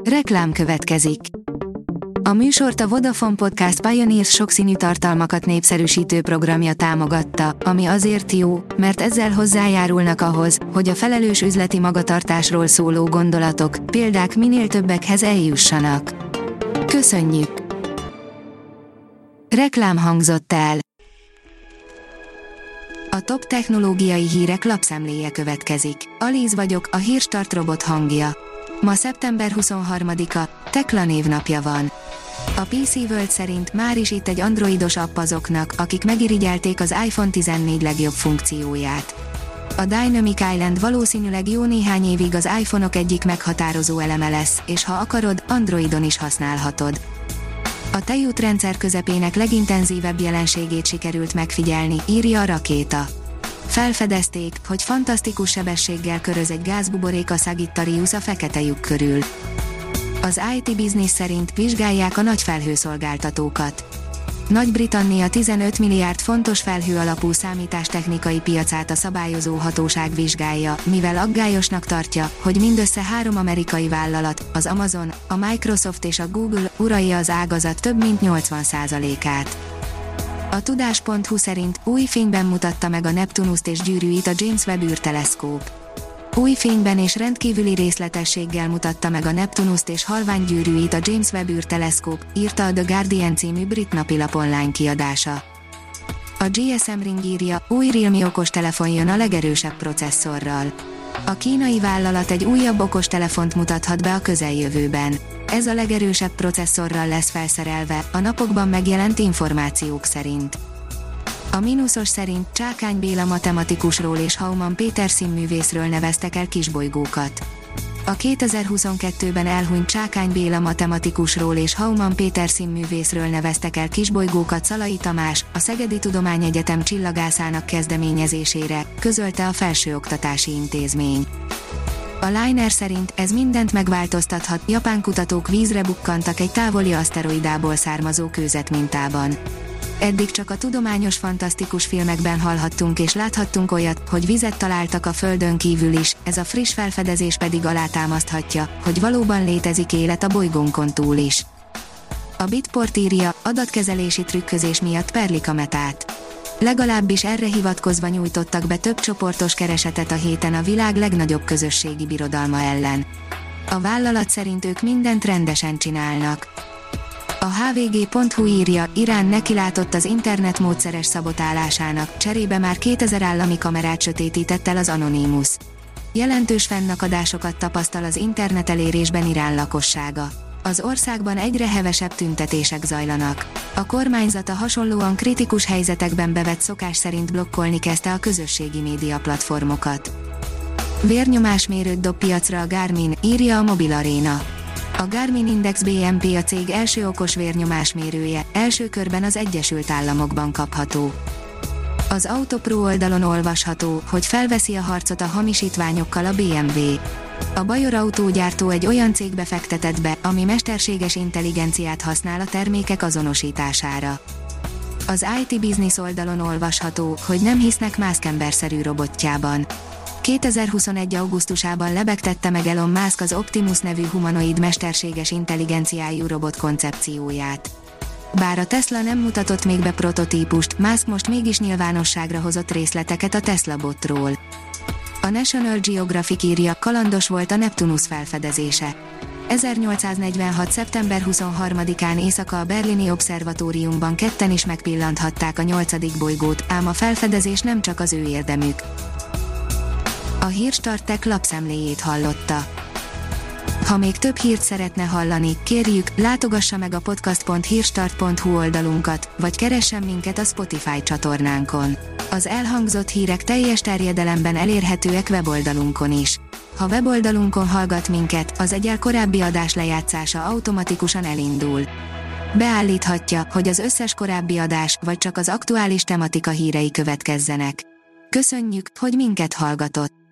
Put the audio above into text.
Reklám következik. A műsort a Vodafone Podcast Pioneers sokszínű tartalmakat népszerűsítő programja támogatta, ami azért jó, mert ezzel hozzájárulnak ahhoz, hogy a felelős üzleti magatartásról szóló gondolatok, példák minél többekhez eljussanak. Köszönjük! Reklám hangzott el. A top technológiai hírek lapszemléje következik. Alíz vagyok, a Hírstart robot hangja. Ma szeptember 23-a, Tekla névnapja van. A PC World szerint már is itt egy androidos app azoknak, akik megirigyelték az iPhone 14 legjobb funkcióját. A Dynamic Island valószínűleg jó néhány évig az iPhone-ok egyik meghatározó eleme lesz, és ha akarod, Androidon is használhatod. A tejútrendszer közepének legintenzívebb jelenségét sikerült megfigyelni, írja a Rakéta. Felfedezték, hogy fantasztikus sebességgel köröz egy gázbuborék a Sagittarius a fekete lyuk körül. Az IT Business szerint vizsgálják a nagy felhőszolgáltatókat. Nagy-Britannia 15 milliárd fontos felhő alapú számítástechnikai piacát a szabályozó hatóság vizsgálja, mivel aggályosnak tartja, hogy mindössze 3 amerikai vállalat, az Amazon, a Microsoft és a Google uralja az ágazat több mint 80%-át. A tudás.hu szerint új fényben mutatta meg a Neptunust és gyűrűit a James Webb űrteleszkóp. Új fényben és rendkívüli részletességgel mutatta meg a Neptunust és halvány gyűrűit a James Webb űrteleszkóp, írta a The Guardian című brit napilap online kiadása. A GSM Ring írja, új Realme okostelefon jön a legerősebb processzorral. A kínai vállalat egy újabb okostelefont mutathat be a közeljövőben. Ez a legerősebb processzorral lesz felszerelve, a napokban megjelent információk szerint. A mínuszos szerint Csákány Béla matematikusról és Hauman Péter színművészről neveztek el kisbolygókat. A 2022-ben elhunyt Csákány Béla matematikusról és Hauman Péter színművészről neveztek el kisbolygókat Szalai Tamás, a Szegedi Tudományegyetem csillagászának kezdeményezésére, közölte a Felsőoktatási Intézmény. A Liner szerint ez mindent megváltoztathat, japán kutatók vízre bukkantak egy távoli aszteroidából származó kőzetmintában. Eddig csak a tudományos fantasztikus filmekben hallhattunk és láthattunk olyat, hogy vizet találtak a Földön kívül is, ez a friss felfedezés pedig alátámaszthatja, hogy valóban létezik élet a bolygónkon túl is. A Bitport írja, adatkezelési trükközés miatt perlik a Metát. Legalábbis erre hivatkozva nyújtottak be több csoportos keresetet a héten a világ legnagyobb közösségi birodalma ellen. A vállalat szerint ők mindent rendesen csinálnak. A hvg.hu írja, Irán nekilátott az internet módszeres szabotálásának, cserébe már 2000 állami kamerát sötétített el az Anonymous. Jelentős fennakadásokat tapasztal az internet elérésben Irán lakossága. Az országban egyre hevesebb tüntetések zajlanak. A kormányzata hasonlóan kritikus helyzetekben bevett szokás szerint blokkolni kezdte a közösségi média platformokat. Vérnyomásmérőt dob piacra a Garmin, írja a Mobil Arena. A Garmin Index BMP a cég első okos vérnyomásmérője, első körben az Egyesült Államokban kapható. Az Autopro oldalon olvasható, hogy felveszi a harcot a hamisítványokkal a BMW. A Bajor autógyártó egy olyan cégbe fektetett be, ami mesterséges intelligenciát használ a termékek azonosítására. Az IT Business oldalon olvasható, hogy nem hisznek Musk emberszerű robotjában. 2021. augusztusában lebegtette meg Elon Musk az Optimus nevű humanoid mesterséges intelligenciájú robot koncepcióját. Bár a Tesla nem mutatott még be prototípust, Musk most mégis nyilvánosságra hozott részleteket a Tesla botról. A National Geographic írja, kalandos volt a Neptunus felfedezése. 1846. szeptember 23-án éjszaka a berlini obszervatóriumban ketten is megpillanthatták a 8. bolygót, ám a felfedezés nem csak az ő érdemük. A Hírstart Tech lapszemléjét hallotta. Ha még több hírt szeretne hallani, kérjük, látogassa meg a podcast.hírstart.hu oldalunkat, vagy keressen minket a Spotify csatornánkon. Az elhangzott hírek teljes terjedelemben elérhetőek weboldalunkon is. Ha weboldalunkon hallgat minket, az egyel korábbi adás lejátszása automatikusan elindul. Beállíthatja, hogy az összes korábbi adás, vagy csak az aktuális tematika hírei következzenek. Köszönjük, hogy minket hallgatott!